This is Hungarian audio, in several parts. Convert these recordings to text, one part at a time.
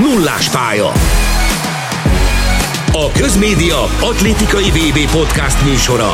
Nulláspálya. A Közmédia atlétikai VB podcast műsora.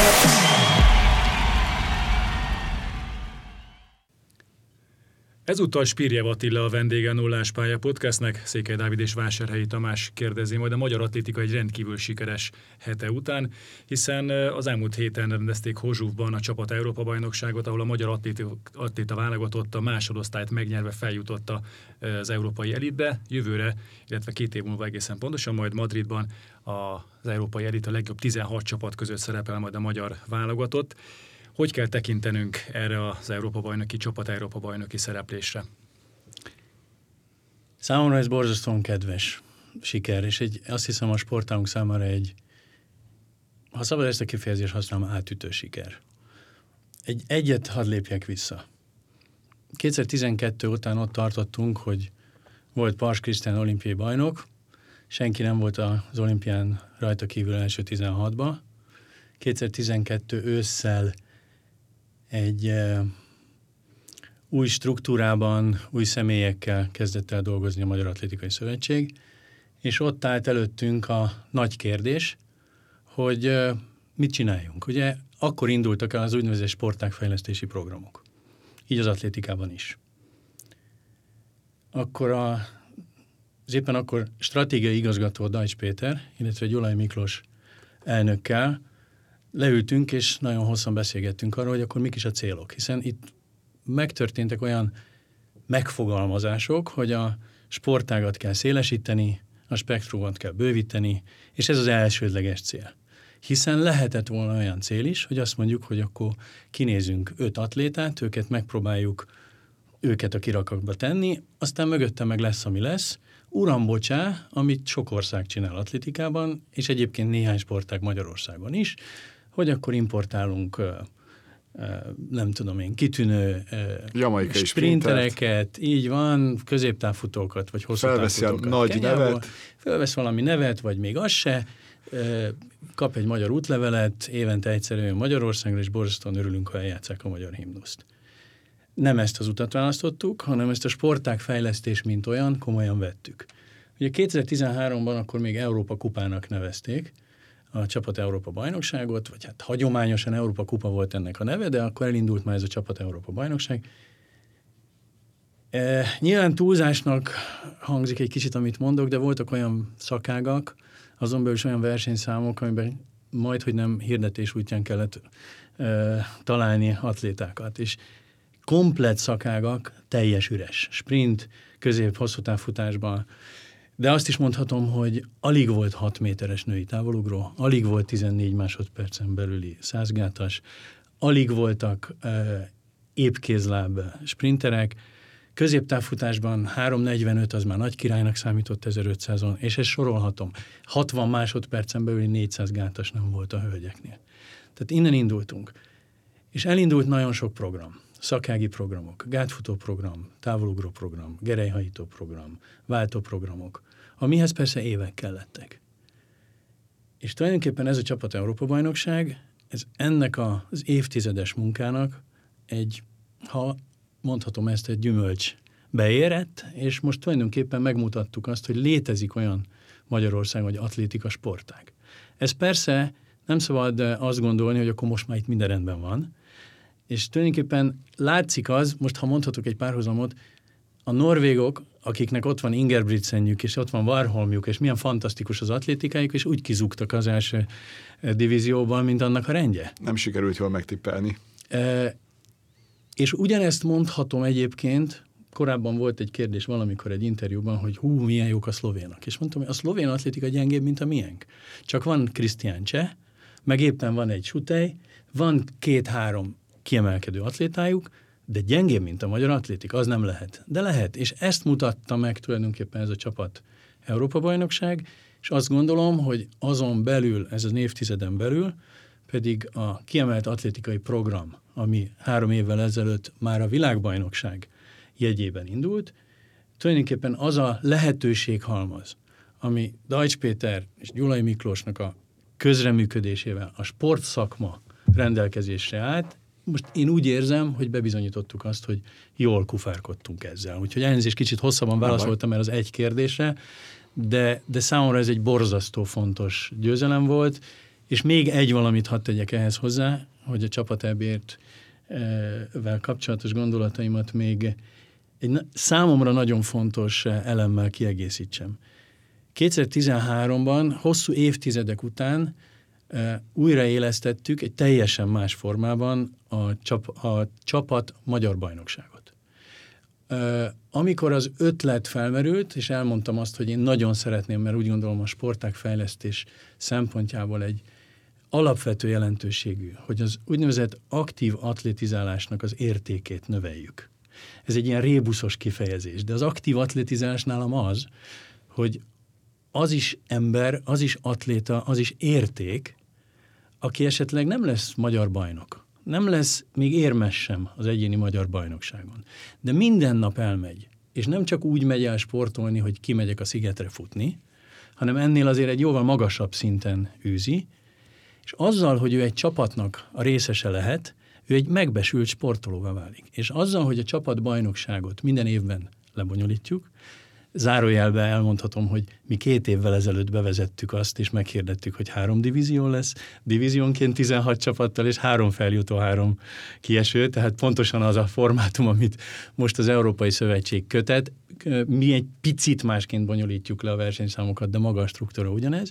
Ezúttal Spirjev Attila a vendége a Nulláspálya podcastnek. Székely Dávid és Vásárhelyi Tamás kérdezi majd a magyar atlétika egy rendkívül sikeres hete után, hiszen az elmúlt héten rendezték Hozsúvban a csapat Európa-bajnokságot, ahol a magyar atléta válogatott a másodosztályt megnyerve feljutott az európai elitbe. Jövőre, illetve 2 év múlva egészen pontosan, majd Madridban az európai elit a legjobb 16 csapat között szerepel majd a magyar válogatott. Hogy kell tekintenünk erre az Európa-bajnoki csapat Európa-bajnoki szereplésre? Számomra ez borzasztóan kedves siker, és azt hiszem a sportálunk számára ha szabad ezt a kifejezést használom, átütő siker. Egyet hadd lépjek vissza. 2012 után ott tartottunk, hogy volt Pars Krisztián olimpiai bajnok, senki nem volt az olimpián rajta kívül első 16-ba. 2012 ősszel egy új struktúrában, új személyekkel kezdett el dolgozni a Magyar Atlétikai Szövetség, és ott állt előttünk a nagy kérdés, hogy mit csináljunk. Ugye akkor indultak el az úgynevezett sportágfejlesztési programok. Így az atlétikában is. Akkor az éppen akkor stratégiai igazgató Dajcs Péter, illetve Gyulai Miklós elnökkel leültünk, és nagyon hosszan beszélgettünk arról, hogy akkor mik is a célok. Hiszen itt megtörténtek olyan megfogalmazások, hogy a sportágat kell szélesíteni, a spektrumot kell bővíteni, és ez az elsődleges cél. Hiszen lehetett volna olyan cél is, hogy azt mondjuk, hogy akkor kinézünk 5 atlétát, őket megpróbáljuk őket a kirakatba tenni, aztán mögötte meg lesz, ami lesz. Uram, bocsá, amit sok ország csinál atlétikában, és egyébként néhány sportág Magyarországon is, hogy akkor importálunk, nem tudom én, kitűnő sprintereket, így van, középtávfutókat, vagy hosszútávfutókat. Felveszi a nagy nevet. Felvesz valami nevet, vagy még az se, kap egy magyar útlevelet, évente egyszer jön Magyarországra, és borzasztóan örülünk, ha eljátsszák a magyar himnuszt. Nem ezt az utat választottuk, hanem ezt a sportágfejlesztés mint olyan komolyan vettük. Ugye 2013-ban akkor még Európa kupának nevezték a csapat Európa bajnokságot, vagy hát hagyományosan Európa kupa volt ennek a neve, de akkor elindult már ez a csapat Európa bajnokság. Nyilván túlzásnak hangzik egy kicsit, amit mondok, de voltak olyan szakágak, azon belül is olyan versenyszámok, amiben majdhogy nem hirdetés útján kellett találni atlétákat, és komplett szakágak, teljes üres. Sprint, közép-hosszú távfutásban. De azt is mondhatom, hogy alig volt 6 méteres női távolugró, alig volt 14 másodpercen belüli 100 gátas, alig voltak épkézláb sprinterek, középtávfutásban 3.45 az már nagy királynak számított 1500-on, és ezt sorolhatom. 60 másodpercen belüli 400 gátas nem volt a hölgyeknél. Tehát innen indultunk. És elindult nagyon sok program. Szakági programok, gátfutó program, távolugró program, gerelyhajító program, váltó programok, amihez persze évek kellettek. És tulajdonképpen ez a csapat Európa-bajnokság, ez ennek az évtizedes munkának ha mondhatom ezt, egy gyümölcs beérett, és most tulajdonképpen megmutattuk azt, hogy létezik olyan Magyarország, vagy atlétika sportág. Ez persze nem szabad azt gondolni, hogy akkor most már itt minden rendben van, és tulajdonképpen látszik az, most ha mondhatok egy párhuzamot, a norvégok, akiknek ott van Ingebrigtsenjük, és ott van Warholmjuk, és milyen fantasztikus az atlétikájuk, és úgy kizúgtak az első divízióban, mint annak a rendje. Nem sikerült jól megtippelni. És ugyanezt mondhatom egyébként, korábban volt egy kérdés valamikor egy interjúban, hogy milyen jók a szlovénok. És mondtam, hogy a szlovén atlétika gyengébb, mint a miénk. Csak van Krisztián Cseh, meg éppen van egy Sutej, van 2-3 kiemelkedő atlétájuk, de gyengébb, mint a magyar atlétika, az nem lehet. De lehet, és ezt mutatta meg tulajdonképpen ez a csapat Európa-bajnokság, és azt gondolom, hogy azon belül, ez az évtizeden belül, pedig a kiemelt atlétikai program, ami 3 évvel ezelőtt már a világbajnokság jegyében indult, tulajdonképpen az a lehetőséghalmaz, ami Dajcs Péter és Gyulai Miklósnak a közreműködésével a sportszakma rendelkezésre állt, most én úgy érzem, hogy bebizonyítottuk azt, hogy jól kufárkodtunk ezzel. Úgyhogy elnézést kicsit hosszabban válaszoltam el az egy kérdésre, de számomra ez egy borzasztó fontos győzelem volt, és még egy valamit hadd tegyek ehhez hozzá, hogy a Csapat EB-ért vel kapcsolatos gondolataimat még egy számomra nagyon fontos elemmel kiegészítsem. 2013-ban, hosszú évtizedek után újraélesztettük egy teljesen más formában a csapat magyar bajnokságot. Amikor az ötlet felmerült, és elmondtam azt, hogy én nagyon szeretném, mert úgy gondolom a sportágfejlesztés szempontjából egy alapvető jelentőségű, hogy az úgynevezett aktív atlétizálásnak az értékét növeljük. Ez egy ilyen rébuszos kifejezés, de az aktív atlétizálás nálam az, hogy az is ember, az is atléta, az is érték, aki esetleg nem lesz magyar bajnok, nem lesz még érmes sem az egyéni magyar bajnokságon, de minden nap elmegy, és nem csak úgy megy el sportolni, hogy kimegyek a szigetre futni, hanem ennél azért egy jóval magasabb szinten űzi, és azzal, hogy ő egy csapatnak a részese lehet, ő egy megbesült sportolóvá válik. És azzal, hogy a csapatbajnokságot minden évben lebonyolítjuk, zárójelbe elmondhatom, hogy mi 2 évvel ezelőtt bevezettük azt, és meghirdettük, hogy 3 divízió lesz, divíziónként 16 csapattal, és 3 feljutó, 3 kieső, tehát pontosan az a formátum, amit most az Európai Szövetség kötet. Mi egy picit másként bonyolítjuk le a versenyszámokat, de maga a struktúra ugyanez.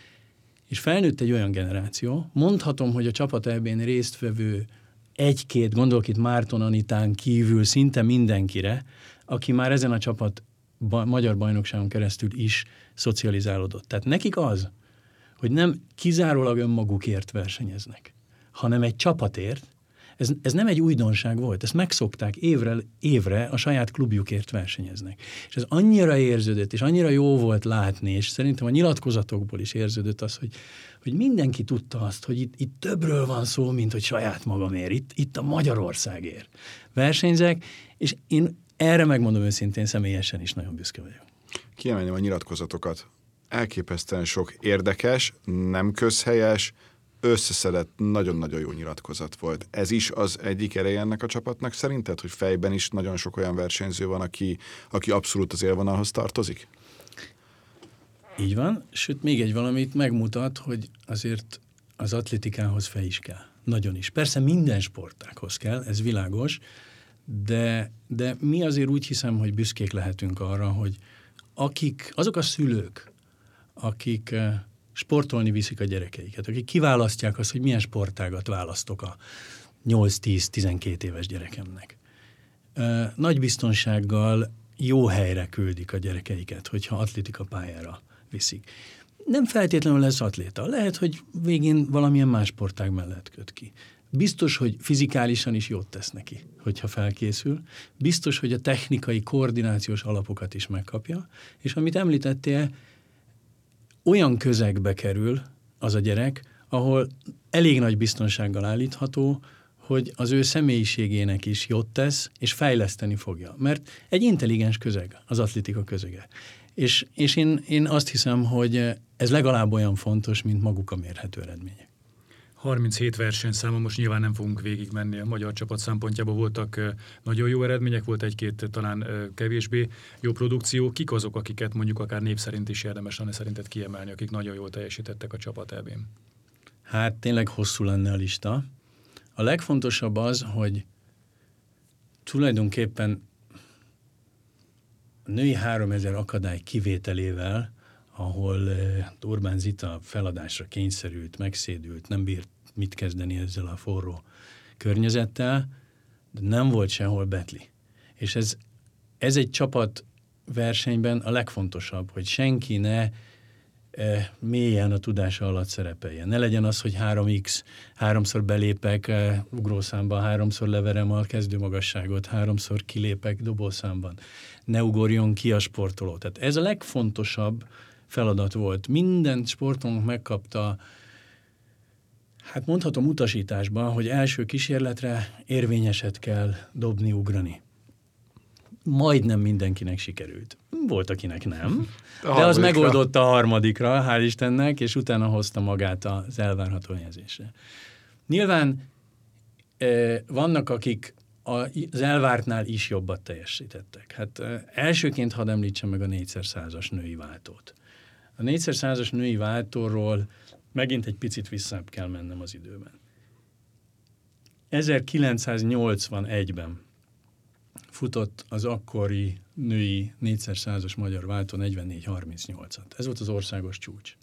És felnőtt egy olyan generáció, mondhatom, hogy a Csapat EB-n résztvevő 1-2, gondolok itt Márton Anitán kívül szinte mindenkire, aki már ezen a csapat magyar bajnokságon keresztül is szocializálódott. Tehát nekik az, hogy nem kizárólag önmagukért versenyeznek, hanem egy csapatért, ez nem egy újdonság volt, ezt megszokták, évre a saját klubjukért versenyeznek. És ez annyira érződött, és annyira jó volt látni, és szerintem a nyilatkozatokból is érződött az, hogy mindenki tudta azt, hogy itt többről van szó, mint hogy saját magamért, itt a Magyarországért versenyzek, és én erre megmondom őszintén, személyesen is nagyon büszke vagyok. Kiemelném a nyilatkozatokat. Elképesztően sok érdekes, nem közhelyes, összeszedett, nagyon-nagyon jó nyilatkozat volt. Ez is az egyik ereje ennek a csapatnak szerinted, hogy fejben is nagyon sok olyan versenyző van, aki abszolút az élvonalhoz tartozik? Így van, sőt még egy valamit megmutat, hogy azért az atlétikához fej is kell. Nagyon is. Persze minden sportághoz kell, ez világos, de mi azért úgy hiszem, hogy büszkék lehetünk arra, hogy azok a szülők, akik sportolni viszik a gyerekeiket, akik kiválasztják azt, hogy milyen sportágat választok a 8-10-12 éves gyerekemnek. Nagy biztonsággal jó helyre küldik a gyerekeiket, hogyha atlétika pályára viszik. Nem feltétlenül lesz atléta. Lehet, hogy végén valamilyen más sportág mellett köt ki. Biztos, hogy fizikálisan is jót tesz neki, hogyha felkészül. Biztos, hogy a technikai, koordinációs alapokat is megkapja. És amit említettél, olyan közegbe kerül az a gyerek, ahol elég nagy biztonsággal állítható, hogy az ő személyiségének is jót tesz, és fejleszteni fogja. Mert egy intelligens közeg, az atlétika közege. És én azt hiszem, hogy ez legalább olyan fontos, mint maguk a mérhető eredmények. 37 versenyszáma, most nyilván nem fogunk végigmenni a magyar csapat szempontjából, voltak nagyon jó eredmények, volt egy-két talán kevésbé jó produkció. Kik azok, akiket mondjuk akár név szerint is érdemes lenne szerinted kiemelni, akik nagyon jól teljesítettek a Csapat EB-n? Hát tényleg hosszú lenne a lista. A legfontosabb az, hogy tulajdonképpen a női 3000 akadály kivételével, ahol Orbán Zita feladásra kényszerült, megszédült, nem bírt mit kezdeni ezzel a forró környezettel, de nem volt sehol betli. És ez egy csapat versenyben a legfontosabb, hogy senki ne mélyen a tudása alatt szerepeljen. Ne legyen az, hogy 3x, 3-szor belépek ugrószámban, 3-szor leverem a kezdőmagasságot, 3-szor kilépek dobószámban. Ne ugorjon ki a sportoló. Tehát ez a legfontosabb feladat volt. Minden sportolónk megkapta, hát mondhatom utasításban, hogy első kísérletre érvényeset kell dobni, ugrani. Majdnem mindenkinek sikerült. Volt, akinek nem, de az megoldotta a harmadikra, hál' Istennek, és utána hozta magát az elvárható helyezésre. Nyilván vannak, akik az elvártnál is jobbat teljesítettek. Hát elsőként hadd említsem meg a 4x100-as női váltót. A 4x100-as női váltóról megint egy picit visszább kell mennem az időben. 1981-ben futott az akkori női 4x100-as magyar váltó 44-38-at. Ez volt az országos csúcs.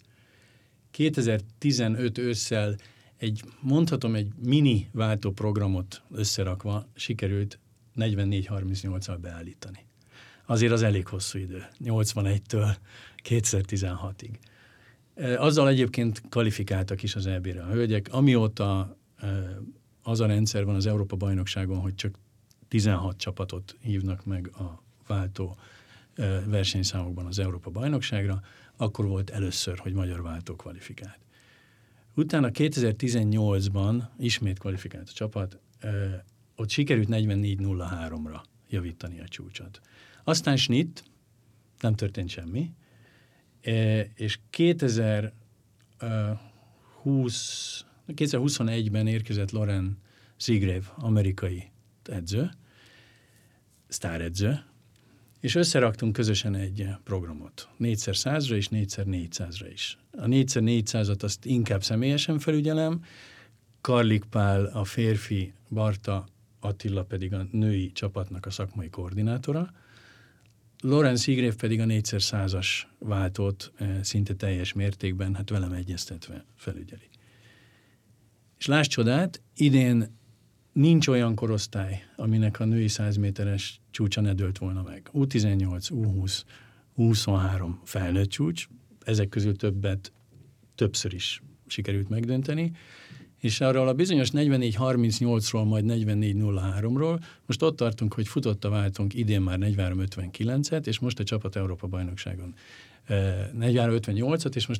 2015 ősszel mondhatom egy mini váltóprogramot összerakva sikerült 44-38-al beállítani. Azért az elég hosszú idő, 81-től 2016-ig. Azzal egyébként kvalifikáltak is az EB-re a hölgyek. Amióta az a rendszer van az Európa-bajnokságon, hogy csak 16 csapatot hívnak meg a váltó versenyszámokban az Európa-bajnokságra, akkor volt először, hogy magyar váltó kvalifikált. Utána 2018-ban ismét kvalifikált a csapat, ott sikerült 44-03-ra javítani a csúcsot. Aztán snitt, nem történt semmi, és 2021-ben érkezett Lauren Seagrave, amerikai edző, sztáredző, és összeraktunk közösen egy programot. 4x100-ra és 4x400-ra is. A 4x400-at azt inkább személyesen felügyelem, Karlik Pál a férfi, Barta Attila pedig a női csapatnak a szakmai koordinátora, Lauren Seagrave pedig a 4x100-as váltót szinte teljes mértékben, hát velem egyeztetve felügyeli. És láss csodát, idén nincs olyan korosztály, aminek a női 100 méteres csúcsa ne dőlt volna meg. U18, U20, U23 felnőtt csúcs, ezek közül többször is sikerült megdönteni, és arról a bizonyos 44-38-ról, majd 44-03-ról most ott tartunk, hogy futott a váltónk idén már 43-59-et, és most a csapat Európa-bajnokságon 43-58-at, és most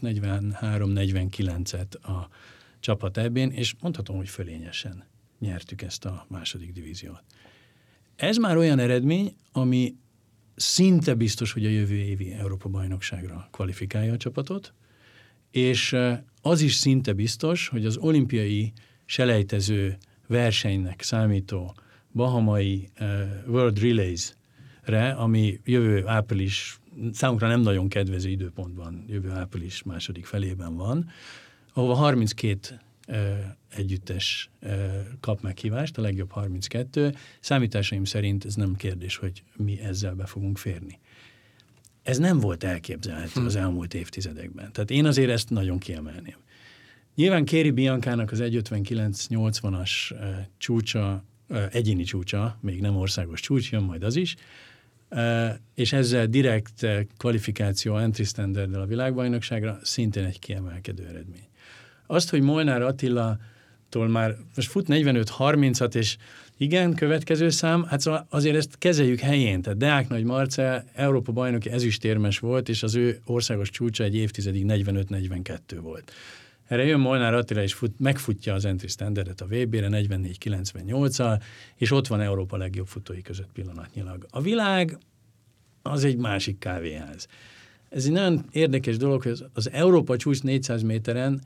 43-49-et a csapat EB-n, és mondhatom, hogy fölényesen nyertük ezt a második divíziót. Ez már olyan eredmény, ami szinte biztos, hogy a jövő évi Európa-bajnokságra kvalifikálja a csapatot, és az is szinte biztos, hogy az olimpiai selejtező versenynek számító bahamai World Relays-re, ami jövő április, számunkra nem nagyon kedvező időpontban, jövő április második felében van, ahova 32 együttes kap meghívást, a legjobb 32. Számításaim szerint ez nem kérdés, hogy mi ezzel be fogunk férni. Ez nem volt elképzelhető az elmúlt évtizedekben. Tehát én azért ezt nagyon kiemelném. Nyilván Kéri Biancának az 1.59-80-as csúcsa, egyéni csúcsa, még nem országos csúcs, jön majd az is, és ezzel direkt kvalifikáció entry standarddel a világbajnokságra szintén egy kiemelkedő eredmény. Azt, hogy Molnár Attilatól már most fut 45-30-at, és igen, következő szám, hát szóval azért ezt kezeljük helyén. Tehát Deák Nagy Marcell Európa-bajnoki ezüstérmes volt, és az ő országos csúcsa egy évtizedig 45-42 volt. Erre jön Molnár Attila, és megfutja az entry standardet a VB-re 44-98-al, és ott van Európa legjobb futói között pillanatnyilag. A világ az egy másik kávéház. Ez egy nagyon érdekes dolog, hogy az Európa csúcs 400 méteren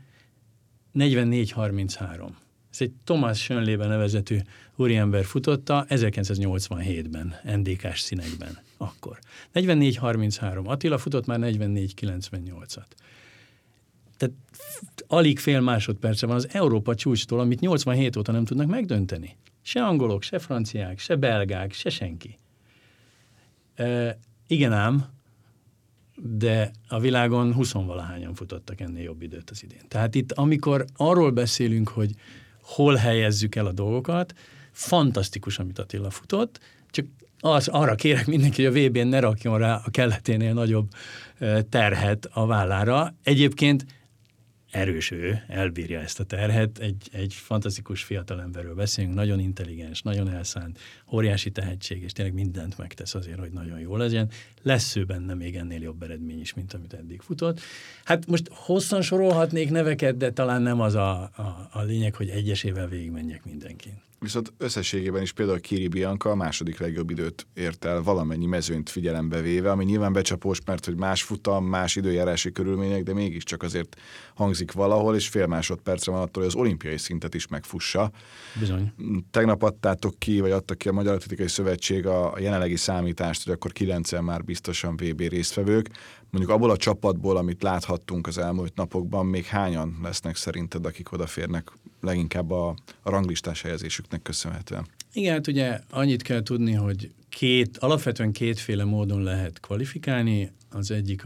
44-33. Ez egy Thomas Schönleben nevezetű úriember futotta 1987-ben, NDK-s színekben akkor. 44-33. Attila futott már 44-98-at. Tehát alig fél másodperce van az Európa csúcstól, amit 87 óta nem tudnak megdönteni. Se angolok, se franciák, se belgák, se senki. Igen ám, de a világon 20-valahányan futottak ennél jobb időt az idén. Tehát itt, amikor arról beszélünk, hogy hol helyezzük el a dolgokat, fantasztikus, amit Attila futott, csak arra kérek mindenki, hogy a VB-n ne rakjon rá a kelleténél nagyobb terhet a vállára. Egyébként erős ő, elbírja ezt a terhet, egy fantasztikus fiatalemberről beszélünk, nagyon intelligens, nagyon elszánt, óriási tehetség, és tényleg mindent megtesz azért, hogy nagyon jó legyen. Lesz ő benne még ennél jobb eredmény is, mint amit eddig futott. Hát most hosszan sorolhatnék neveket, de talán nem az a lényeg, hogy egyesével végigmenjek mindenkin. Viszont összességében is például Kiri Bianca a második legjobb időt ért el valamennyi mezőnyt figyelembe véve, ami nyilván becsapós, mert hogy más futam, más időjárási körülmények, de mégiscsak azért hangzik valahol, és fél másodpercre van attól, hogy az olimpiai szintet is megfussa. Bizony. Tegnap adtátok ki, vagy adta ki a Magyar Atletikai Szövetség a jelenlegi számítást, hogy akkor 9-en már biztosan VB résztvevők. Mondjuk abból a csapatból, amit láthattunk az elmúlt napokban, még hányan lesznek szerinted, akik odaférnek leginkább a ranglistás helyezésüknek köszönhetően? Igen, hát ugye annyit kell tudni, hogy alapvetően kétféle módon lehet kvalifikálni. Az egyik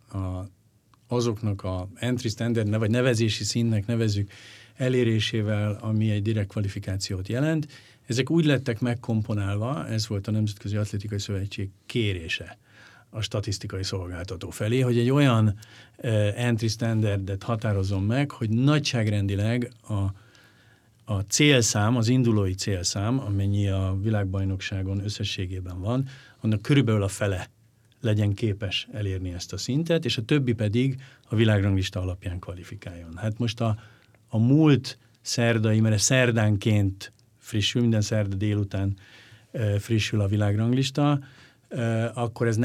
azoknak a entry standard, vagy nevezési szintnek nevezzük elérésével, ami egy direkt kvalifikációt jelent. Ezek úgy lettek megkomponálva, ez volt a Nemzetközi Atlétikai Szövetség kérése a statisztikai szolgáltató felé, hogy egy olyan entry standardet határozzon meg, hogy nagyságrendileg a célszám, az indulói célszám, amennyi a világbajnokságon összességében van, annak körülbelül a fele legyen képes elérni ezt a szintet, és a többi pedig a világranglista alapján kvalifikáljon. Hát most a múlt szerdai, mert szerdánként frissül, minden szerda délután frissül a világranglista, akkor ez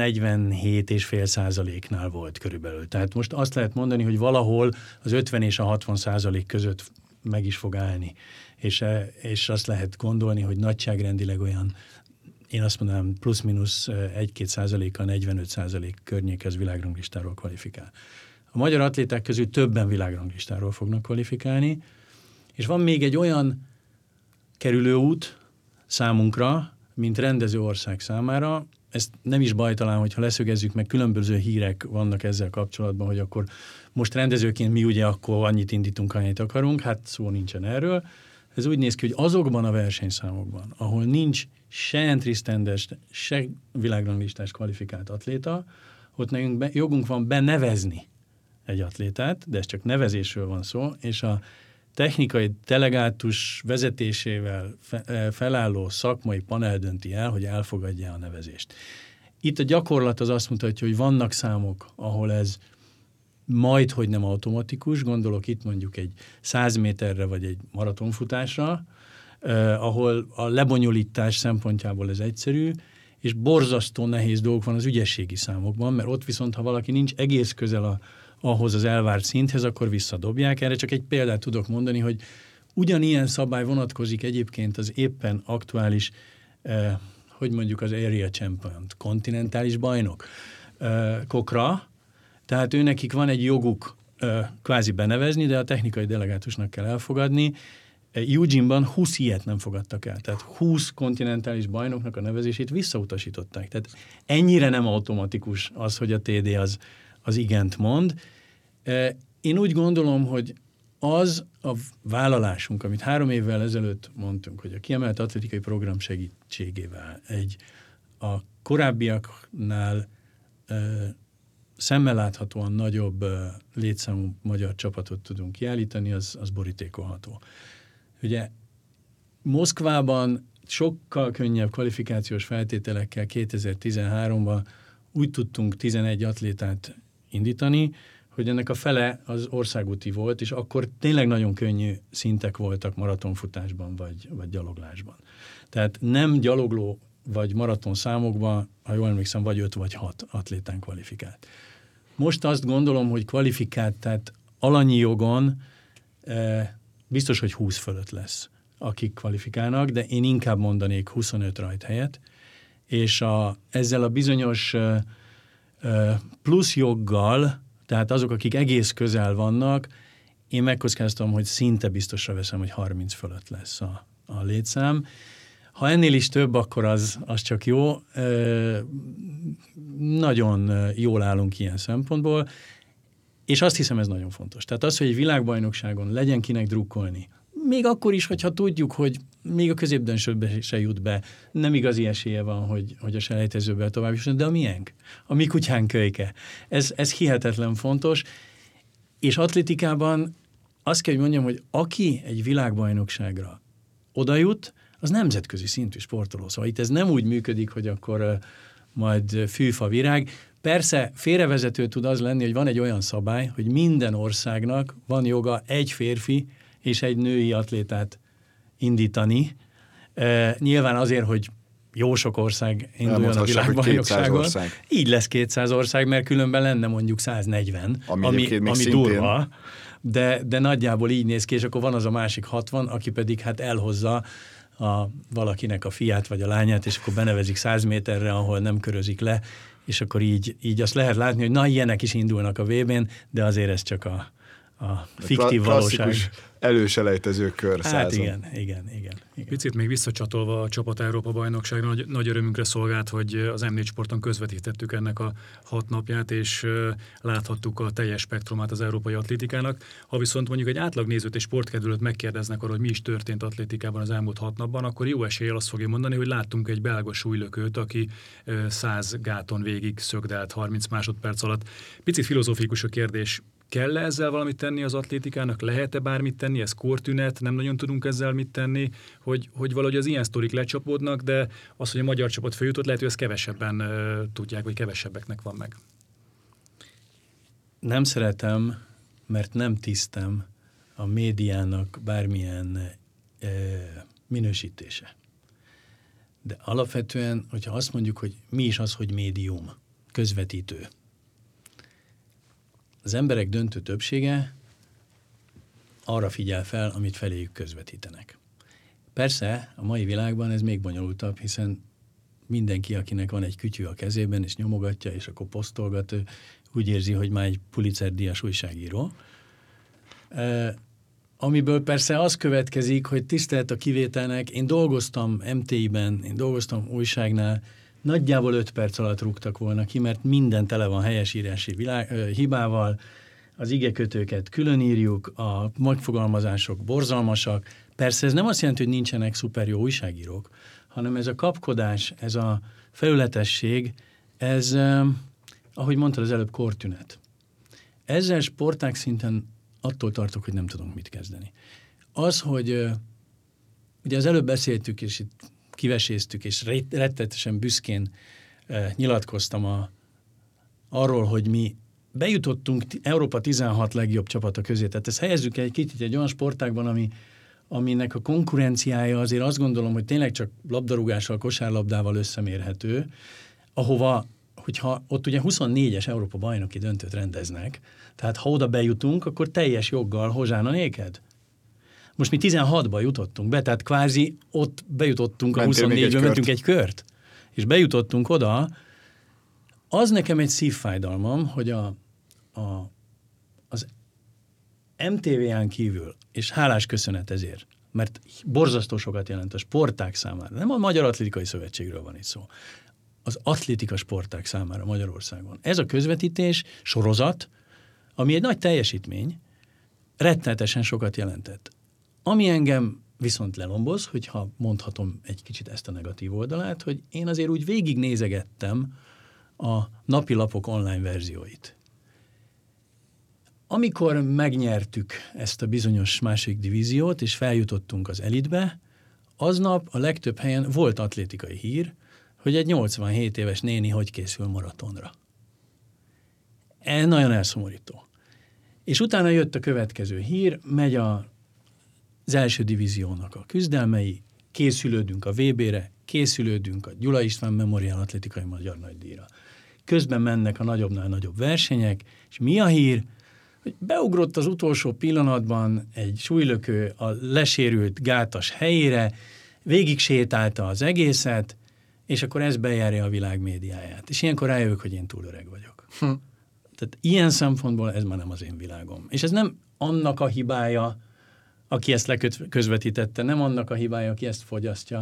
47,5%-nál volt körülbelül. Tehát most azt lehet mondani, hogy valahol az 50 és a 60% között meg is fog állni. És azt lehet gondolni, hogy nagyságrendileg olyan, én azt mondanám, plusz-minusz 1-2%-a, 45% környékhez világranglistáról kvalifikál. A magyar atléták közül többen világranglistáról fognak kvalifikálni, és van még egy olyan kerülőút számunkra, mint rendező ország számára. Ezt nem is bajtalan, hogyha leszögezzük, meg különböző hírek vannak ezzel kapcsolatban, hogy akkor most rendezőként mi ugye akkor annyit indítunk, annyit akarunk, hát szó nincsen erről. Ez úgy néz ki, hogy azokban a versenyszámokban, ahol nincs se entry standard, se világranglistás kvalifikált atléta, ott nekünk jogunk van benevezni egy atlétát, de ez csak nevezésről van szó, és a technikai delegátus vezetésével felálló szakmai panel dönti el, hogy elfogadja a nevezést. Itt a gyakorlat az azt mutatja, hogy vannak számok, ahol ez majdhogy nem automatikus, gondolok itt mondjuk egy 100 méterre vagy egy maratonfutásra, ahol a lebonyolítás szempontjából ez egyszerű, és borzasztó nehéz dolgok van az ügyességi számokban, mert ott viszont, ha valaki nincs egész közel ahhoz az elvárt szinthez, akkor visszadobják. Erre csak egy példát tudok mondani, hogy ugyanilyen szabály vonatkozik egyébként az éppen aktuális, hogy mondjuk az area champion, kontinentális bajnokokra, tehát őnekik van egy joguk kvázi benevezni, de a technikai delegátusnak kell elfogadni. Eugene-ban 20 ilyet nem fogadtak el, tehát 20 kontinentális bajnoknak a nevezését visszautasították. Tehát ennyire nem automatikus az, hogy a TD az igent mond. Én úgy gondolom, hogy az a vállalásunk, amit 3 évvel ezelőtt mondtunk, hogy a kiemelt atlétikai program segítségével a korábbiaknál szemmel láthatóan nagyobb létszámú magyar csapatot tudunk kiállítani, az borítékolható. Ugye Moszkvában sokkal könnyebb kvalifikációs feltételekkel 2013-ban úgy tudtunk 11 atlétát indítani, hogy ennek a fele az országúti volt, és akkor tényleg nagyon könnyű szintek voltak maratonfutásban vagy gyaloglásban. Tehát nem gyalogló vagy maraton számokban, ha jól emlékszem, vagy 5 vagy 6 atlétán kvalifikált. Most azt gondolom, hogy kvalifikált, tehát alanyi jogon biztos, hogy 20 fölött lesz, akik kvalifikálnak, de én inkább mondanék 25 rajt helyet, és ezzel a bizonyos plusz joggal, tehát azok, akik egész közel vannak, én megkockáztam, hogy szinte biztosra veszem, hogy 30 fölött lesz a létszám. Ha ennél is több, akkor az csak jó. Nagyon jól állunk ilyen szempontból, és azt hiszem, ez nagyon fontos. Tehát az, hogy egy világbajnokságon legyen kinek drukkolni, még akkor is, hogyha tudjuk, hogy még a középdöntőbe se jut be, nem igazi esélye van, hogy a selejtezőbe tovább is, de a miénk, a mi kutyánk kölyke. Ez hihetetlen fontos, és atlétikában azt kell, hogy mondjam, hogy aki egy világbajnokságra odajut, az nemzetközi szintű sportoló. Szóval itt ez nem úgy működik, hogy akkor majd fűfa virág. Persze félrevezető tud az lenni, hogy van egy olyan szabály, hogy minden országnak van joga egy férfi és egy női atlétát indítani Nyilván azért, hogy jó sok ország induljon a világbajnokságon. Így lesz 200 ország, mert különben lenne mondjuk 140, ami durva. De nagyjából így néz ki, és akkor van az a másik 60, aki pedig hát elhozza valakinek a fiát vagy a lányát, és akkor benevezik 100 méterre, ahol nem körözik le, és akkor így azt lehet látni, hogy na, ilyenek is indulnak a VB-n, de azért ez csak a fiktív valóság. Előselejtező kör hát igen. Picit még visszacsatolva a Csapat Európa-bajnokságra, nagy örömünkre szolgált, hogy az M4 Sporton közvetítettük ennek a 6 napját, és láthattuk a teljes spektrumát az európai atlétikának. Ha viszont mondjuk egy átlagnézőt és sportkedvelőt megkérdeznek arról, hogy mi is történt atlétikában az elmúlt 6 napban, akkor jó eséllyel azt fogja mondani, hogy láttunk egy belga súlylökőt, aki 100 gáton végig szögdelt 30 másodperc alatt. Picit filozófikus a kérdés. Kell-e ezzel valamit tenni az atlétikának? Lehet-e bármit tenni? Ez kortünet? Nem nagyon tudunk ezzel mit tenni, hogy valahogy az ilyen sztorik lecsapódnak, de az, hogy a magyar csapat feljutott, lehet, hogy ezt kevesebben tudják, vagy kevesebbeknek van meg. Nem szeretem, mert nem tisztem a médiának bármilyen minősítése. De alapvetően, hogyha azt mondjuk, hogy mi is az, hogy médium, közvetítő. Az emberek döntő többsége arra figyel fel, amit feléjük közvetítenek. Persze, a mai világban ez még bonyolultabb, hiszen mindenki, akinek van egy kütyű a kezében, és nyomogatja, és akkor posztolgat, úgy érzi, hogy már egy Pulitzer-díjas újságíró. Amiből persze az következik, hogy tisztelt a kivételnek, én dolgoztam MTI-ben, én dolgoztam újságnál, nagyjából 5 perc alatt rúgtak volna ki, mert minden tele van helyesírási hibával, az igekötőket külön írjuk, a megfogalmazások borzalmasak. Persze ez nem azt jelenti, hogy nincsenek szuper jó újságírók, hanem ez a kapkodás, ez a felületesség, ez, ahogy mondtad az előbb, kortünet. Ezzel sportág szinten attól tartok, hogy nem tudunk mit kezdeni. Az, hogy ugye az előbb beszéltük, és itt kiveséztük, és rettetesen büszkén nyilatkoztam arról, hogy mi bejutottunk Európa 16 legjobb csapata közé. Tehát ezt helyezzük egy kicsit egy olyan sportágban, aminek a konkurenciája azért azt gondolom, hogy tényleg csak labdarúgással, kosárlabdával összemérhető, ahova, hogyha ott ugye 24-es Európa bajnoki döntőt rendeznek, tehát ha oda bejutunk, akkor teljes joggal hozsán a néked. Most mi 16-ba jutottunk be, tehát kvázi ott bejutottunk, a 24-ből mentünk egy kört, és bejutottunk oda. Az nekem egy szívfájdalmam, hogy az MTV-án kívül, és hálás köszönet ezért, mert borzasztó sokat jelent a sportág számára. Nem a Magyar Atlétikai Szövetségről van itt szó. Az atlétika sportág számára Magyarországon. Ez a közvetítés sorozat, ami egy nagy teljesítmény, rettenetesen sokat jelentett. Ami engem viszont lelomboz, hogyha mondhatom egy kicsit ezt a negatív oldalát, hogy én azért úgy végignézegettem a napilapok online verzióit. Amikor megnyertük ezt a bizonyos második divíziót, és feljutottunk az elitbe, aznap a legtöbb helyen volt atlétikai hír, hogy egy 87 éves néni hogy készül maratonra. Ez nagyon elszomorító. És utána jött a következő hír, megy az első divíziónak a küzdelmei, készülődünk a VB-re, készülődünk a Gyula István Memorial Atlétikai Magyar Nagydíjra. Közben mennek a nagyobbnál nagyobb versenyek, és mi a hír? Hogy beugrott az utolsó pillanatban egy súlylökő a lesérült gátas helyére, végig sétálta az egészet, és akkor ez bejárja a világ médiáját. És ilyenkor rájövök, hogy én túl öreg vagyok. Tehát ilyen szempontból ez már nem az én világom. És ez nem annak a hibája, aki ezt leközvetítette, nem annak a hibája, aki ezt fogyasztja.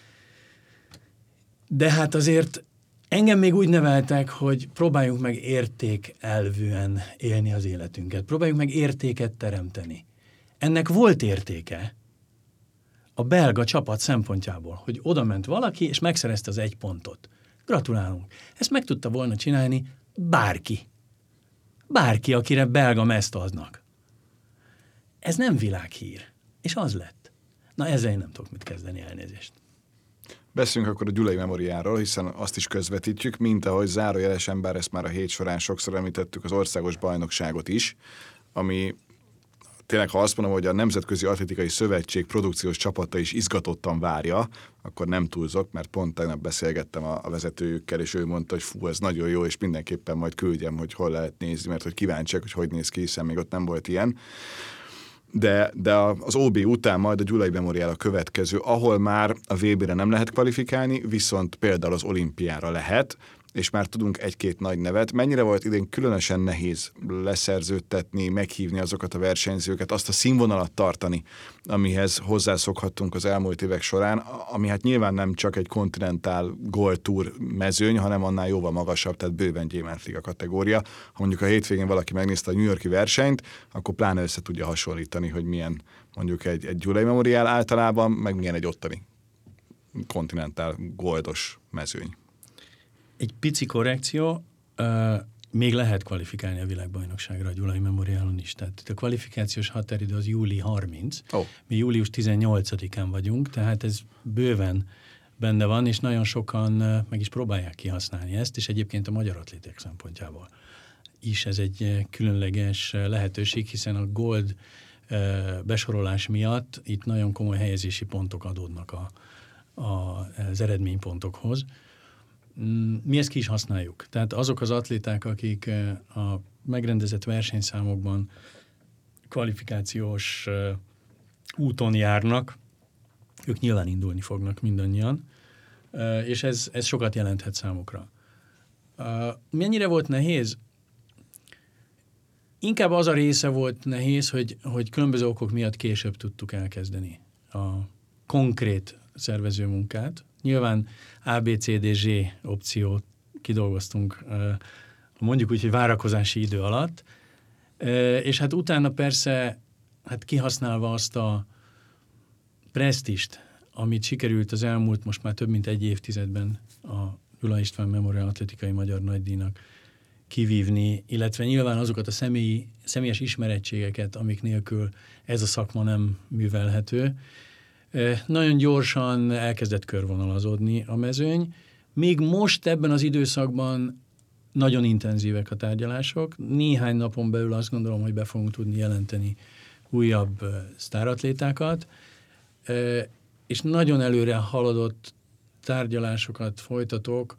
De hát azért engem még úgy neveltek, hogy próbáljunk meg értékelvűen élni az életünket. Próbáljunk meg értéket teremteni. Ennek volt értéke a belga csapat szempontjából, hogy oda ment valaki, és megszerezte az 1 pontot. Gratulálunk. Ezt meg tudta volna csinálni bárki. Bárki, akire belga mezt adnak. Ez nem világhír. És az lett. Na ezzel én nem tudok mit kezdeni, elnézést. Beszéljünk akkor a Gyulai Memoriáról, hiszen azt is közvetítjük, mint ahogy zárójelesen, bár ezt már a hét során sokszor említettük, az országos bajnokságot is, ami tényleg, ha azt mondom, hogy a Nemzetközi Atlétikai Szövetség produkciós csapata is izgatottan várja, akkor nem túlzok, mert pont tegnap beszélgettem a vezetőjükkel, és ő mondta, hogy fú, ez nagyon jó, és mindenképpen majd küldjem, hogy hol lehet nézni, mert hogy kíváncsiak, hogy néz ki, hiszen még ott nem volt ilyen. De az OB után majd a Gyulai Memoriál a következő, ahol már a VB-re nem lehet kvalifikálni, viszont például az olimpiára lehet, és már tudunk egy-két nagy nevet. Mennyire volt idén különösen nehéz leszerződtetni, meghívni azokat a versenyzőket, azt a színvonalat tartani, amihez hozzászokhattunk az elmúlt évek során, ami hát nyilván nem csak egy Continental Gold Tour mezőny, hanem annál jóval magasabb, tehát bőven gyémántliga kategória. Ha mondjuk a hétvégén valaki megnézte a New York-i versenyt, akkor pláne össze tudja hasonlítani, hogy milyen mondjuk egy Gyulai Memoriál általában, meg milyen egy ottani Continental Goldos mezőny. Egy pici korrekció, még lehet kvalifikálni a világbajnokságra a Gyulai Memoriálon is. Tehát a kvalifikációs határidő az júli 30. Mi július 18-án vagyunk, tehát ez bőven benne van, és nagyon sokan meg is próbálják kihasználni ezt, és egyébként a magyar atléták szempontjából is ez egy különleges lehetőség, hiszen a Gold besorolás miatt itt nagyon komoly helyezési pontok adódnak az eredménypontokhoz. Mi ezt ki is használjuk. Tehát azok az atléták, akik a megrendezett versenyszámokban kvalifikációs úton járnak, ők nyilván indulni fognak mindannyian, és ez sokat jelenthet számukra. Mennyire volt nehéz? Inkább az a része volt nehéz, hogy különböző okok miatt később tudtuk elkezdeni a konkrét szervezőmunkát. Nyilván ABCDZ opciót kidolgoztunk, mondjuk úgy, hogy várakozási idő alatt, és hát utána persze hát kihasználva azt a presztist, amit sikerült az elmúlt most már több mint egy évtizedben a Gyulai István Memoriál Atlétikai Magyar Nagydíjnak kivívni, illetve nyilván azokat a személyes ismerettségeket, amik nélkül ez a szakma nem művelhető. Nagyon gyorsan elkezdett körvonalazódni a mezőny. Még most ebben az időszakban nagyon intenzívek a tárgyalások. Néhány napon belül azt gondolom, hogy be fogunk tudni jelenteni újabb sztáratlétákat, és nagyon előre haladott tárgyalásokat folytatok.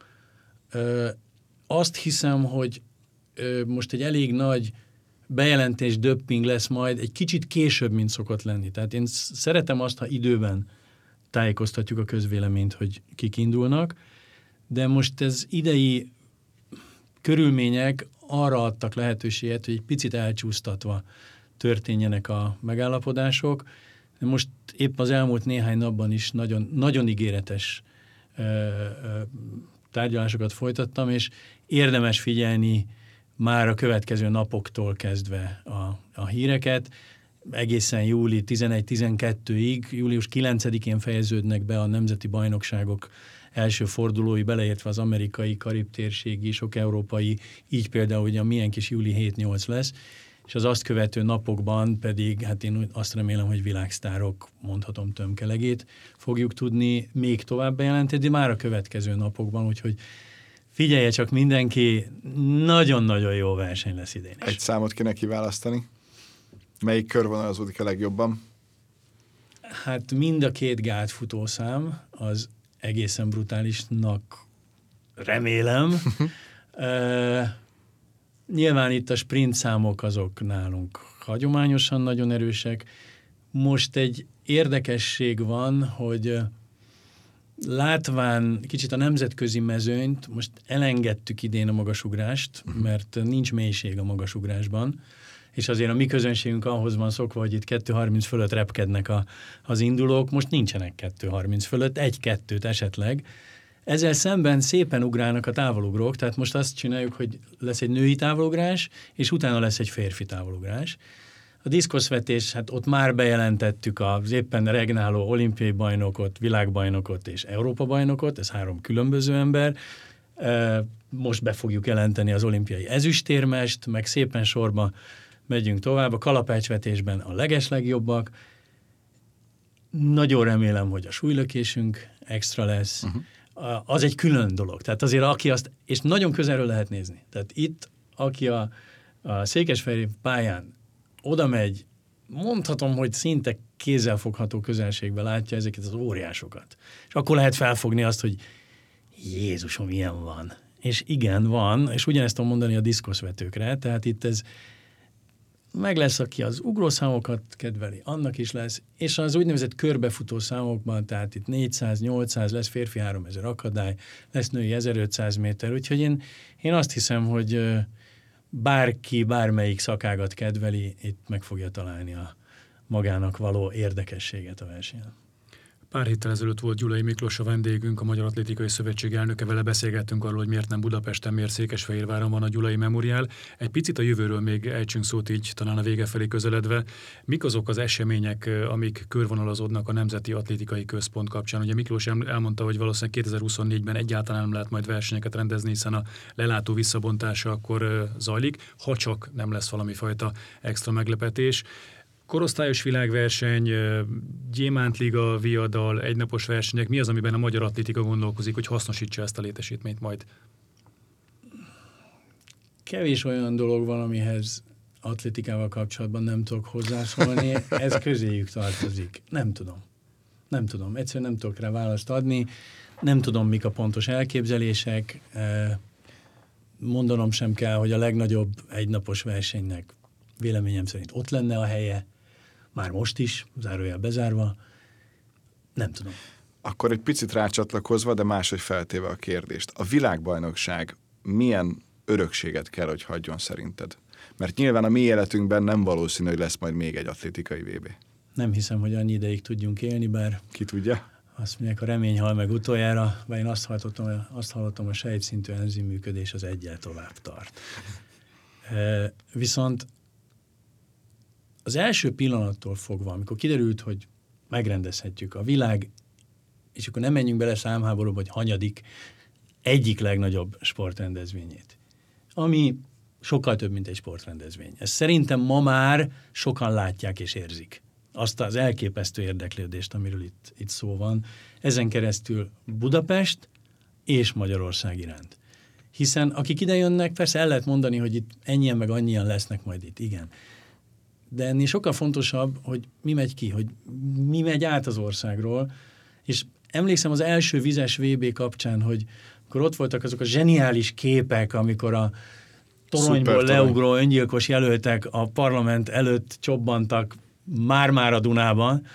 Azt hiszem, hogy most egy elég nagy bejelentés döpping lesz majd egy kicsit később, mint szokott lenni. Tehát én szeretem azt, ha időben tájékoztatjuk a közvéleményt, hogy kik indulnak, de most ez idei körülmények arra adtak lehetőséget, hogy egy picit elcsúsztatva történjenek a megállapodások. De most épp az elmúlt néhány napban is nagyon, nagyon ígéretes tárgyalásokat folytattam, és érdemes figyelni már a következő napoktól kezdve a híreket. Egészen júli 11-12-ig, július 9-én fejeződnek be a nemzeti bajnokságok első fordulói, beleértve az amerikai, karib-térségi, sok európai, így például ugye a milyen kis júli 7-8 lesz, és az azt követő napokban pedig, hát én azt remélem, hogy világsztárok, mondhatom tömkelegét fogjuk tudni még tovább bejelenteni, már a következő napokban, úgyhogy figyelje csak mindenki, nagyon-nagyon jó verseny lesz idén is. Egy számot kéne kiválasztani? Melyik körvonalazódik a legjobban? Hát mind a két gátfutószám az egészen brutálisnak remélem. Nyilván itt a sprint számok azok nálunk hagyományosan nagyon erősek. Most egy érdekesség van, hogy látván kicsit a nemzetközi mezőnyt, most elengedtük idén a magasugrást, mert nincs mélység a magasugrásban, és azért a mi közönségünk ahhoz van szokva, hogy itt 2.30 fölött repkednek az indulók, most nincsenek 2.30 fölött, 1-2-t esetleg. Ezzel szemben szépen ugrálnak a távolugrók, tehát most azt csináljuk, hogy lesz egy női távolugrás, és utána lesz egy férfi távolugrás. A diszkoszvetés, hát ott már bejelentettük az éppen regnáló olimpiai bajnokot, világbajnokot és Európa-bajnokot, ez 3 különböző ember. Most be fogjuk jelenteni az olimpiai ezüstérmest, meg szépen sorba megyünk tovább. A kalapácsvetésben a legeslegjobbak. Nagyon remélem, hogy a súlylökésünk extra lesz. Az egy külön dolog. Tehát azért aki azt, és nagyon közelről lehet nézni. Tehát itt, aki a Székesfehérvári pályán oda megy mondhatom, hogy szinte kézzelfogható közelségben látja ezeket az óriásokat. És akkor lehet felfogni azt, hogy Jézusom, ilyen van. És igen, van, és ugyanezt tudom mondani a diszkoszvetőkre, tehát itt ez meg lesz, aki az ugrószámokat kedveli, annak is lesz, és az úgynevezett körbefutó számokban, tehát itt 400-800 lesz, férfi 3000 akadály, lesz női 1500 méter, úgyhogy én azt hiszem, hogy bárki, bármelyik szakágat kedveli, itt meg fogja találni a magának való érdekességet a versenyen. Pár héttel ezelőtt volt Gyulai Miklós a vendégünk, a Magyar Atlétikai Szövetség elnöke, vele beszélgettünk arról, hogy miért nem Budapesten, miért Székesfehérváron van a Gyulai Memoriál. Egy picit a jövőről még ejtsünk szót így, talán a vége felé közeledve. Mik azok az események, amik körvonalazódnak a Nemzeti Atlétikai Központ kapcsán? Ugye Miklós elmondta, hogy valószínűleg 2024-ben egyáltalán nem lehet majd versenyeket rendezni, hiszen a lelátó visszabontása akkor zajlik, ha csak nem lesz valami fajta extra meglepetés. Korosztályos világverseny, Gyémántliga, viadal, egynapos versenyek, mi az, amiben a magyar atlétika gondolkozik, hogy hasznosítsa ezt a létesítményt majd? Kevés olyan dolog van, amihez atlétikával kapcsolatban nem tudok hozzászólni, ez közéjük tartozik. Nem tudom. Egyszerűen nem tudok rá választ adni, nem tudom, mik a pontos elképzelések, mondanom sem kell, hogy a legnagyobb egynapos versenynek véleményem szerint ott lenne a helye, már most is, zárójel bezárva, nem tudom. Akkor egy picit rácsatlakozva, de máshogy feltéve a kérdést. A világbajnokság milyen örökséget kell, hogy hagyjon szerinted? Mert nyilván a mi életünkben nem valószínű, hogy lesz majd még egy atlétikai VB. Nem hiszem, hogy annyi ideig tudjunk élni, bár... Ki tudja? Azt mondják, a remény hal meg utoljára, bár én azt hallottam, a sejtszintű enzzimműködés az egyel tovább tart. Viszont az első pillanattól fogva, amikor kiderült, hogy megrendezhetjük a világ, és akkor nem menjünk bele számháborúba, hogy hanyadik, egyik legnagyobb sportrendezvényét, ami sokkal több, mint egy sportrendezvény. Ezt szerintem ma már sokan látják és érzik. Azt az elképesztő érdeklődést, amiről itt szó van. Ezen keresztül Budapest és Magyarország iránt. Hiszen akik ide jönnek, persze el lehet mondani, hogy itt ennyien meg annyian lesznek majd itt, igen. De ennél sokkal fontosabb, hogy mi megy ki, hogy mi megy át az országról, és emlékszem az első vizes VB kapcsán, hogy akkor ott voltak azok a zseniális képek, amikor a toronyból leugró öngyilkos jelöltek a parlament előtt csobbantak már a Dunában.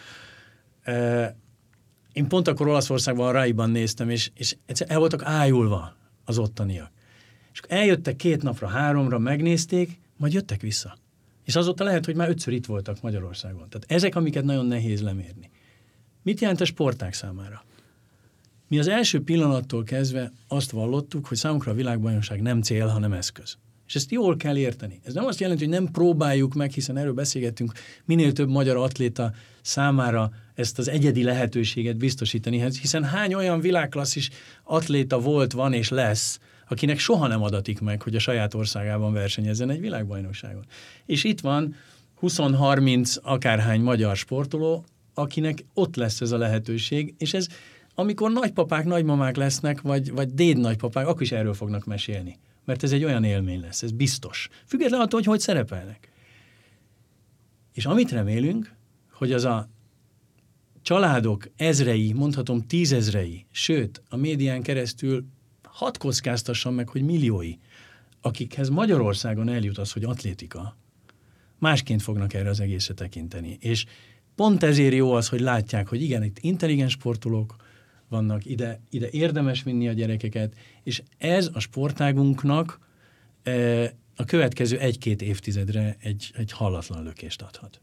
Én pont akkor Olaszországban, a Raiban néztem, és egyszer el voltak ájulva az ottaniak. És eljöttek 2 napra, 3-ra, megnézték, majd jöttek vissza. És azóta lehet, hogy már 5-ször itt voltak Magyarországon. Tehát ezek, amiket nagyon nehéz lemérni. Mit jelent a sportág számára? Mi az első pillanattól kezdve azt vallottuk, hogy számunkra a világbajnokság nem cél, hanem eszköz. És ezt jól kell érteni. Ez nem azt jelenti, hogy nem próbáljuk meg, hiszen erről beszélgettünk, minél több magyar atléta számára ezt az egyedi lehetőséget biztosítani, hiszen hány olyan világklasszis atléta volt, van és lesz, akinek soha nem adatik meg, hogy a saját országában versenyezzen egy világbajnokságon. És itt van 20-30 akárhány magyar sportoló, akinek ott lesz ez a lehetőség, és ez, amikor nagypapák, nagymamák lesznek, vagy dédnagypapák, akkor is erről fognak mesélni. Mert ez egy olyan élmény lesz, ez biztos. Függetlenül attól, hogy szerepelnek. És amit remélünk, hogy az a családok ezrei, mondhatom 10 000, sőt, a médián keresztül hadd kockáztassam meg, hogy milliói, akikhez Magyarországon eljut az, hogy atlétika, másként fognak erre az egészre tekinteni. És pont ezért jó az, hogy látják, hogy igen, itt intelligens sportolók vannak, ide érdemes vinni a gyerekeket, és ez a sportágunknak a következő 1-2 évtizedre egy hallatlan lökést adhat.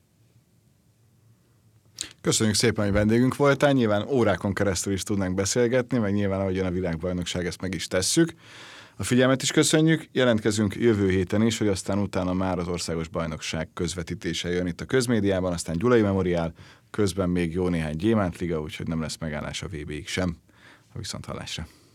Köszönjük szépen, hogy vendégünk voltál, nyilván órákon keresztül is tudnánk beszélgetni, meg nyilván ahogy jön a világbajnokság, ezt meg is tesszük. A figyelmet is köszönjük, jelentkezünk jövő héten is, hogy aztán utána már az országos bajnokság közvetítése jön itt a közmédiában, aztán Gyulai Memoriál, közben még jó néhány Gyémántliga, úgyhogy nem lesz megállás a VB-ig sem. A viszonthallásra.